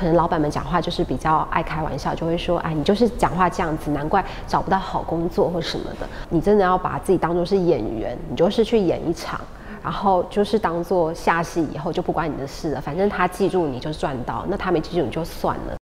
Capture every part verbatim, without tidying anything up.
可能老板们讲话就是比较爱开玩笑，就会说，哎，你就是讲话这样子，难怪找不到好工作或什么的。你真的要把自己当作是演员，你就是去演一场，然后就是当做下戏以后就不关你的事了，反正他记住你就赚到，那他没记住你就算了。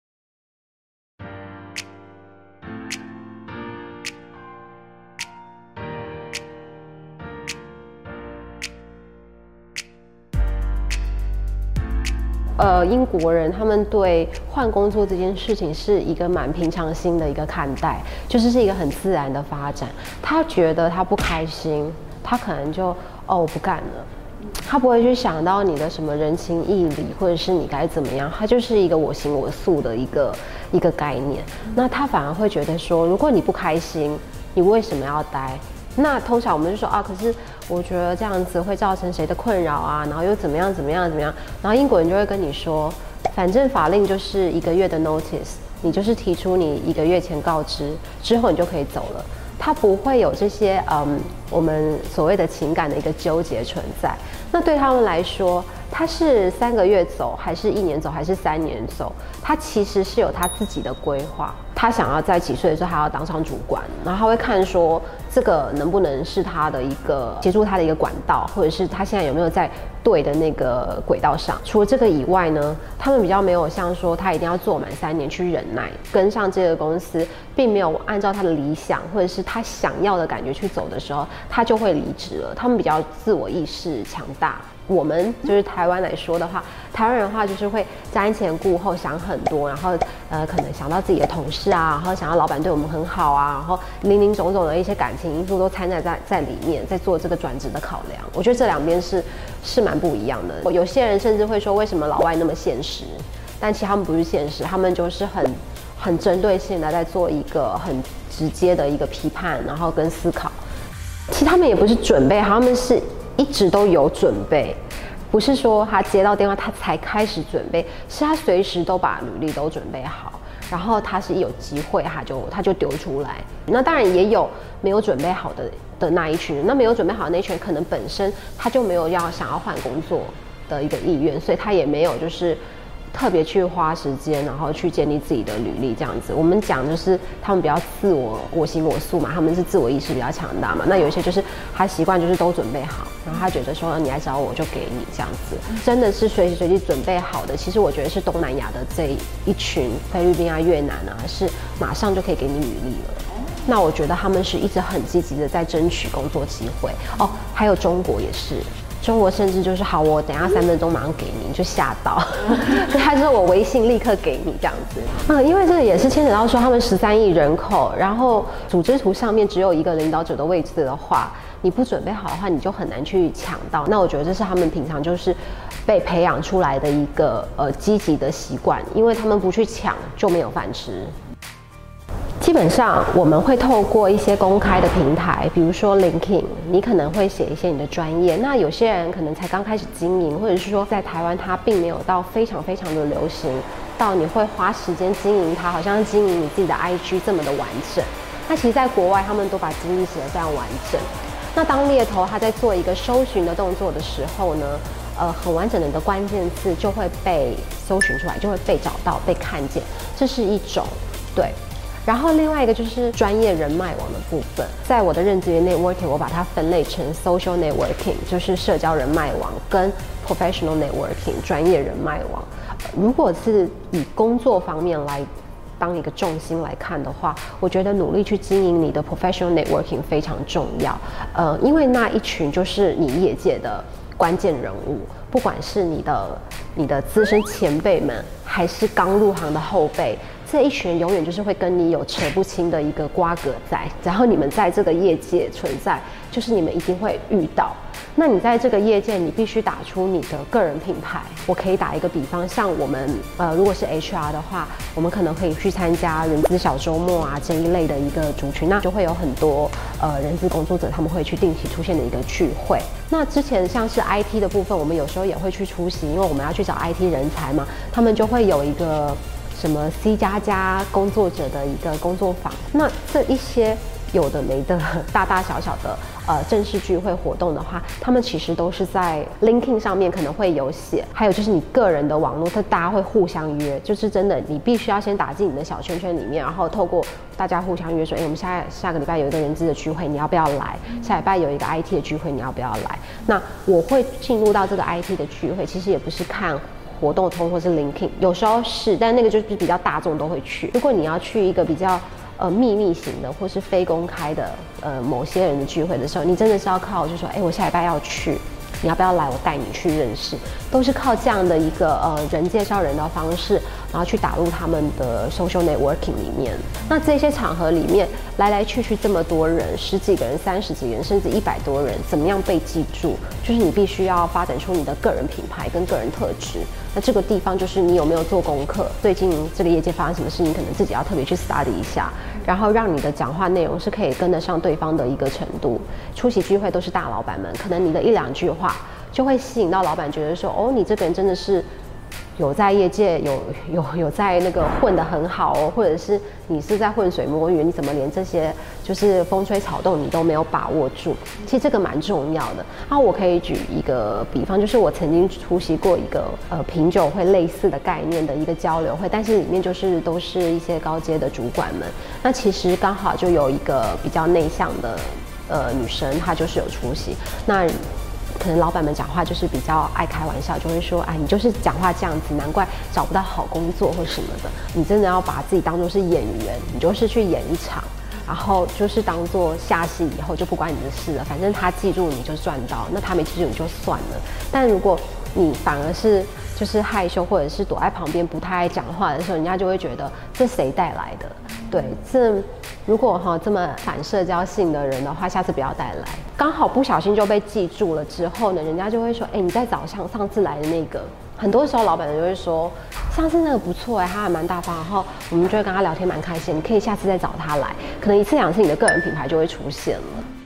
呃，英国人他们对换工作这件事情是一个蛮平常心的一个看待，就是是一个很自然的发展。他觉得他不开心，他可能就哦我不干了，他不会去想到你的什么人情义理，或者是你该怎么样，他就是一个我行我素的一个一个概念。那他反而会觉得说，如果你不开心，你为什么要待？那通常我们就说啊，可是我觉得这样子会造成谁的困扰啊，然后又怎么样怎么样怎么样，然后英国人就会跟你说，反正法令就是一个月的 notice， 你就是提出你一个月前告知，之后你就可以走了。他不会有这些嗯，我们所谓的情感的一个纠结存在。那对他们来说，他是三个月走，还是一年走，还是三年走？他其实是有他自己的规划。他想要在几岁的时候还要当上主管，然后他会看说这个能不能是他的一个协助他的一个管道，或者是他现在有没有在对的那个轨道上。除了这个以外呢，他们比较没有像说他一定要做满三年去忍耐，跟上这个公司，并没有按照他的理想或者是他想要的感觉去走的时候，他就会离职了。他们比较自我意识强大。我们就是台湾来说的话，台湾人的话就是会瞻前顾后，想很多，然后呃可能想到自己的同事啊，然后想要老板对我们很好啊，然后林林总总的一些感情因素都掺杂在在里面，在做这个转职的考量。我觉得这两边是是蛮不一样的。有些人甚至会说，为什么老外那么现实？但其实他们不是现实，他们就是很很针对性的在做一个很直接的一个批判，然后跟思考。其实他们也不是准备好，他们是一直都有准备，不是说他接到电话他才开始准备，是他随时都把履历都准备好，然后他是一有机会他就他就丢出来。那当然也有没有准备好的的那一群人，那没有准备好的那一群人可能本身他就没有要想要换工作的一个意愿，所以他也没有就是特别去花时间，然后去建立自己的履历这样子。我们讲就是他们比较自我我行我素嘛，他们是自我意识比较强大嘛。那有一些就是他习惯就是都准备好，然后他觉得说你来找我就给你这样子，真的是随时随地准备好的。其实我觉得是东南亚的这一群菲律宾啊、越南啊，是马上就可以给你履历了。那我觉得他们是一直很积极的在争取工作机会哦，还有中国也是。中国甚至就是好，我等一下三分钟马上给你，你就吓到。他说我微信立刻给你这样子。嗯，因为这个也是牵扯到说他们十三亿人口，然后组织图上面只有一个领导者的位置的话，你不准备好的话，你就很难去抢到。那我觉得这是他们平常就是被培养出来的一个呃积极的习惯，因为他们不去抢就没有饭吃。基本上我们会透过一些公开的平台，比如说 LinkedIn， 你可能会写一些你的专业。那有些人可能才刚开始经营，或者是说在台湾它并没有到非常非常的流行，到你会花时间经营它，好像经营你自己的 I G 这么的完整。那其实在国外他们都把经历写得非常完整。那当猎头他在做一个搜寻的动作的时候呢，呃，很完整的你的关键字就会被搜寻出来，就会被找到、被看见，这是一种对。然后另外一个就是专业人脉网的部分，在我的认知里 networking 我把它分类成 social networking， 就是社交人脉网，跟 professional networking 专业人脉网。如果是以工作方面来当一个重心来看的话，我觉得努力去经营你的 professional networking 非常重要。呃，因为那一群就是你业界的关键人物，不管是你的你的资深前辈们，还是刚入行的后辈。这一群人永远就是会跟你有扯不清的一个瓜葛在，然后你们在这个业界存在，就是你们一定会遇到。那你在这个业界，你必须打出你的个人品牌。我可以打一个比方，像我们呃，如果是 H R 的话，我们可能可以去参加人资小周末啊这一类的一个族群，那就会有很多呃人资工作者他们会去定期出现的一个聚会。那之前像是 I T 的部分，我们有时候也会去出席，因为我们要去找 I T 人才嘛，他们就会有一个什么 C 加加工作者的一个工作坊。那这一些有的没的大大小小的呃正式聚会活动的话，他们其实都是在 LinkedIn 上面可能会有写，还有就是你个人的网络，它大家会互相约，就是真的你必须要先打进你的小圈圈里面，然后透过大家互相约说，哎、欸，我们下下个礼拜有一个人资的聚会，你要不要来？下礼拜有一个 I T 的聚会，你要不要来？那我会进入到这个 I T 的聚会，其实也不是看活动通或是 LinkedIn， 有时候是，但那个就是比较大众都会去。如果你要去一个比较呃秘密型的或是非公开的呃某些人的聚会的时候，你真的是要靠就说，哎、欸，我下礼拜要去。你要不要来？我带你去认识，都是靠这样的一个呃人介绍人的方式，然后去打入他们的 social networking 里面。那这些场合里面来来去去这么多人，十几个人、三十几个人，甚至一百多人，怎么样被记住？就是你必须要发展出你的个人品牌跟个人特质。那这个地方就是你有没有做功课？最近这个业界发生什么事，你可能自己要特别去 study 一下，然后让你的讲话内容是可以跟得上对方的一个程度。出席聚会都是大老板们，可能你的一两句话就会吸引到老板，觉得说，哦，你这个人真的是有在业界有有有在那个混得很好哦，或者是你是在浑水摸鱼，你怎么连这些就是风吹草动你都没有把握住？其实这个蛮重要的。那我可以举一个比方，就是我曾经出席过一个呃品酒会类似的概念的一个交流会，但是里面就是都是一些高阶的主管们。那其实刚好就有一个比较内向的呃女生，她就是有出席。那可能老板们讲话就是比较爱开玩笑，就会说，哎，你就是讲话这样子，难怪找不到好工作或什么的。你真的要把自己当作是演员，你就是去演一场，然后就是当做下戏以后就不关你的事了，反正他记住你就赚到，那他没记住你就算了。但如果你反而是就是害羞或者是躲在旁边不太爱讲话的时候，人家就会觉得这谁带来的？对，这如果哈这么反社交性的人的话，下次不要带来。刚好不小心就被记住了之后呢，人家就会说，哎、欸，你在找上上次来的那个。很多时候老板就会说，上次那个不错哎、欸，他还蛮大方，然后我们就会跟他聊天蛮开心，你可以下次再找他来。可能一次两次，你的个人品牌就会出现了。